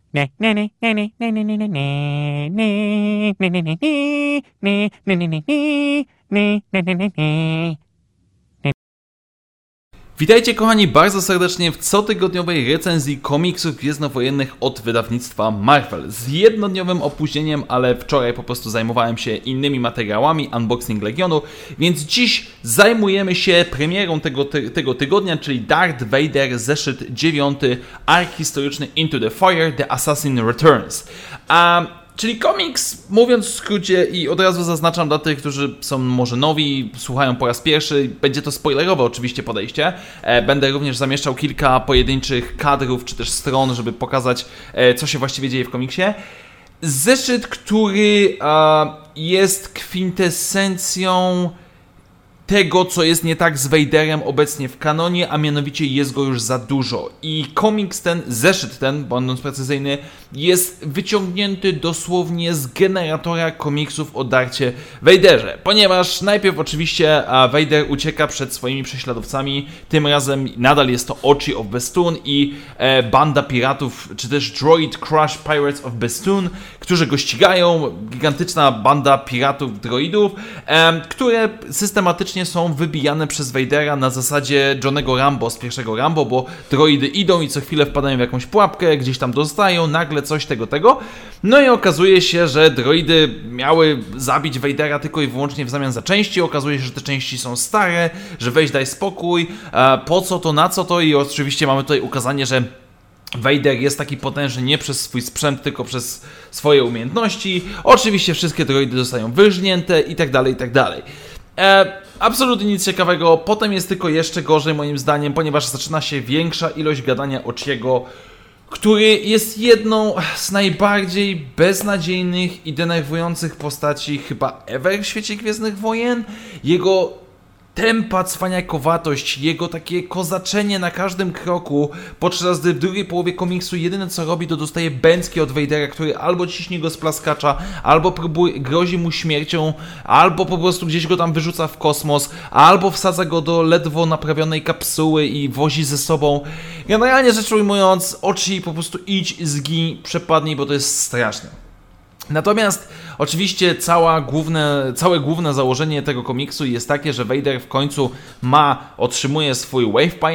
Witajcie kochani bardzo serdecznie w cotygodniowej recenzji komiksów gwiezdnowojennych od wydawnictwa Marvel. Z jednodniowym opóźnieniem, ale wczoraj po prostu zajmowałem się innymi materiałami, unboxing Legionu, więc dziś zajmujemy się premierą tego tygodnia, czyli Darth Vader, zeszyt 9, ark historyczny Into the Fire, The Assassin Returns. Czyli komiks, mówiąc w skrócie, i od razu zaznaczam dla tych, którzy są może nowi, słuchają po raz pierwszy, będzie to spoilerowe oczywiście podejście. Będę również zamieszczał kilka pojedynczych kadrów czy też stron, żeby pokazać, co się właściwie dzieje w komiksie. Zeszyt, który jest kwintesencją tego, co jest nie tak z Vaderem obecnie w kanonie, a mianowicie jest go już za dużo. I komiks ten, zeszyt ten, będąc precyzyjny, jest wyciągnięty dosłownie z generatora komiksów o Darcie Vaderze. Ponieważ najpierw oczywiście Vader ucieka przed swoimi prześladowcami, tym razem nadal jest to Ochi of Bestoon i banda piratów, czy też Droid Crush Pirates of Bestoon, którzy go ścigają, gigantyczna banda piratów, droidów, które systematycznie są wybijane przez Vadera na zasadzie Johnego Rambo z pierwszego Rambo, bo droidy idą i co chwilę wpadają w jakąś pułapkę, gdzieś tam dostają, nagle coś tego. No i okazuje się, że droidy miały zabić Vadera tylko i wyłącznie w zamian za części. Okazuje się, że te części są stare, że weź daj spokój, po co to, na co to, i oczywiście mamy tutaj ukazanie, że Vader jest taki potężny nie przez swój sprzęt, tylko przez swoje umiejętności. Oczywiście wszystkie droidy zostają wyrżnięte i tak dalej. Absolutnie nic ciekawego. Potem jest tylko jeszcze gorzej moim zdaniem, ponieważ zaczyna się większa ilość gadania Ochiego, który jest jedną z najbardziej beznadziejnych i denerwujących postaci chyba ever w świecie Gwiezdnych Wojen. Jego tempa, cwaniakowatość, jego takie kozaczenie na każdym kroku, podczas gdy w drugiej połowie komiksu jedyne co robi, to dostaje bęcki od Vadera, który albo ciśnie go z plaskacza, albo grozi mu śmiercią, albo po prostu gdzieś go tam wyrzuca w kosmos, albo wsadza go do ledwo naprawionej kapsuły i wozi ze sobą. Generalnie rzecz ujmując, Ochi, po prostu idź, zgin, przepadnij, bo to jest straszne. Natomiast oczywiście całe główne założenie tego komiksu jest takie, że Vader w końcu otrzymuje swój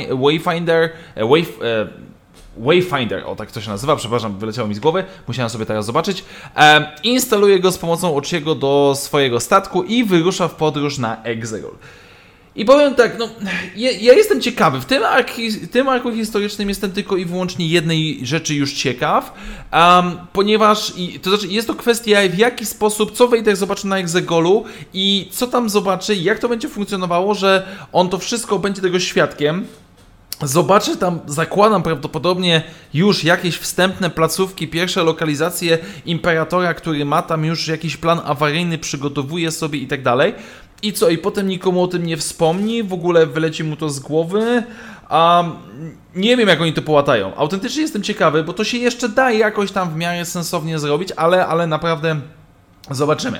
Wayfinder, o tak to się nazywa, przepraszam, wyleciało mi z głowy, musiałem sobie teraz zobaczyć. Instaluje go z pomocą Ochiego do swojego statku i wyrusza w podróż na Exegol. I powiem tak, ja jestem ciekawy, w tym arku historycznym jestem tylko i wyłącznie jednej rzeczy już ciekaw, ponieważ, to znaczy jest to kwestia w jaki sposób, co Vader zobaczy na Exegolu i co tam zobaczy, jak to będzie funkcjonowało, że on to wszystko będzie tego świadkiem. Zobaczę tam, zakładam prawdopodobnie już jakieś wstępne placówki, pierwsze lokalizacje Imperatora, który ma tam już jakiś plan awaryjny, przygotowuje sobie i tak dalej. I co? I potem nikomu o tym nie wspomni, w ogóle wyleci mu to z głowy. Nie wiem, jak oni to połatają. Autentycznie jestem ciekawy, bo to się jeszcze da jakoś tam w miarę sensownie zrobić, ale naprawdę zobaczymy.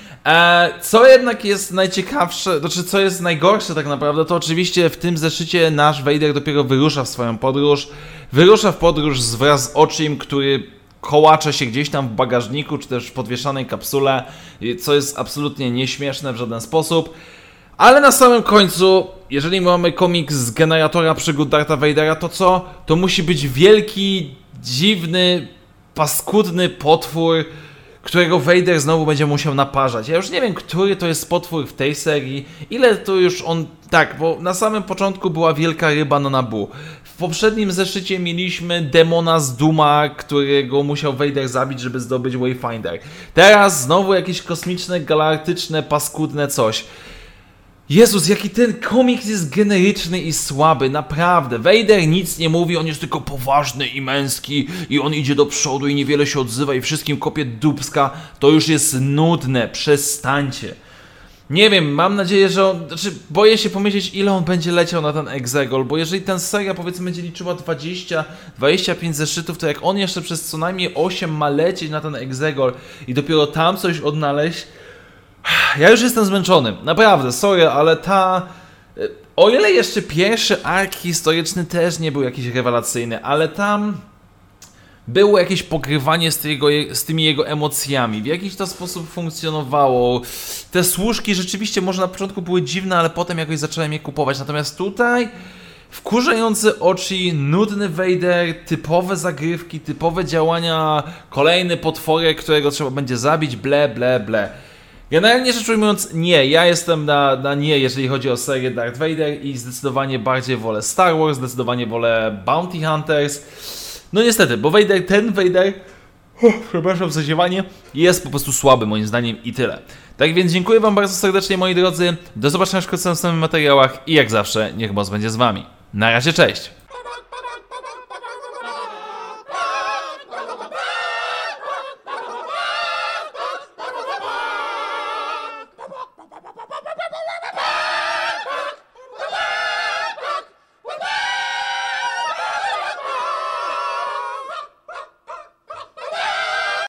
Co jednak jest najciekawsze, znaczy co jest najgorsze tak naprawdę, to oczywiście w tym zeszycie nasz Vader dopiero wyrusza w swoją podróż. Wyrusza w podróż wraz z Ochim, który kołacze się gdzieś tam w bagażniku, czy też w podwieszanej kapsule, co jest absolutnie nieśmieszne w żaden sposób. Ale na samym końcu, jeżeli mamy komiks z generatora przygód Dartha Vadera, to co? To musi być wielki, dziwny, paskudny potwór, którego Vader znowu będzie musiał naparzać. Ja już nie wiem, który to jest potwór w tej serii, ile to już on... Tak, bo na samym początku była wielka ryba na Naboo. W poprzednim zeszycie mieliśmy demona z Duma, którego musiał Vader zabić, żeby zdobyć Wayfinder. Teraz znowu jakieś kosmiczne, galaktyczne, paskudne coś. Jezus, jaki ten komiks jest generyczny i słaby, naprawdę. Vader nic nie mówi, on jest tylko poważny i męski i on idzie do przodu i niewiele się odzywa i wszystkim kopie dupska. To już jest nudne, przestańcie. Nie wiem, mam nadzieję, że on... Znaczy, boję się pomyśleć, ile on będzie leciał na ten Exegol, bo jeżeli ten seria, powiedzmy, będzie liczyła 20-25 zeszytów, to jak on jeszcze przez co najmniej 8 ma lecieć na ten Exegol i dopiero tam coś odnaleźć... Ja już jestem zmęczony, naprawdę, sorry, ale o ile jeszcze pierwszy ark historyczny też nie był jakiś rewelacyjny, ale tam było jakieś pokrywanie z tymi jego emocjami, w jakiś to sposób funkcjonowało. Te służki rzeczywiście może na początku były dziwne, ale potem jakoś zacząłem je kupować, natomiast tutaj wkurzający oczy, nudny Vader, typowe zagrywki, typowe działania, kolejny potworek, którego trzeba będzie zabić, ble, ble, ble. Generalnie rzecz ujmując, nie, ja jestem na nie, jeżeli chodzi o serię Darth Vader i zdecydowanie bardziej wolę Star Wars, zdecydowanie wolę Bounty Hunters. No niestety, bo ten Vader, przepraszam za ziewanie, jest po prostu słaby moim zdaniem i tyle. Tak więc dziękuję wam bardzo serdecznie, moi drodzy, do zobaczenia w następnych materiałach i jak zawsze, niech moc będzie z wami. Na razie, cześć!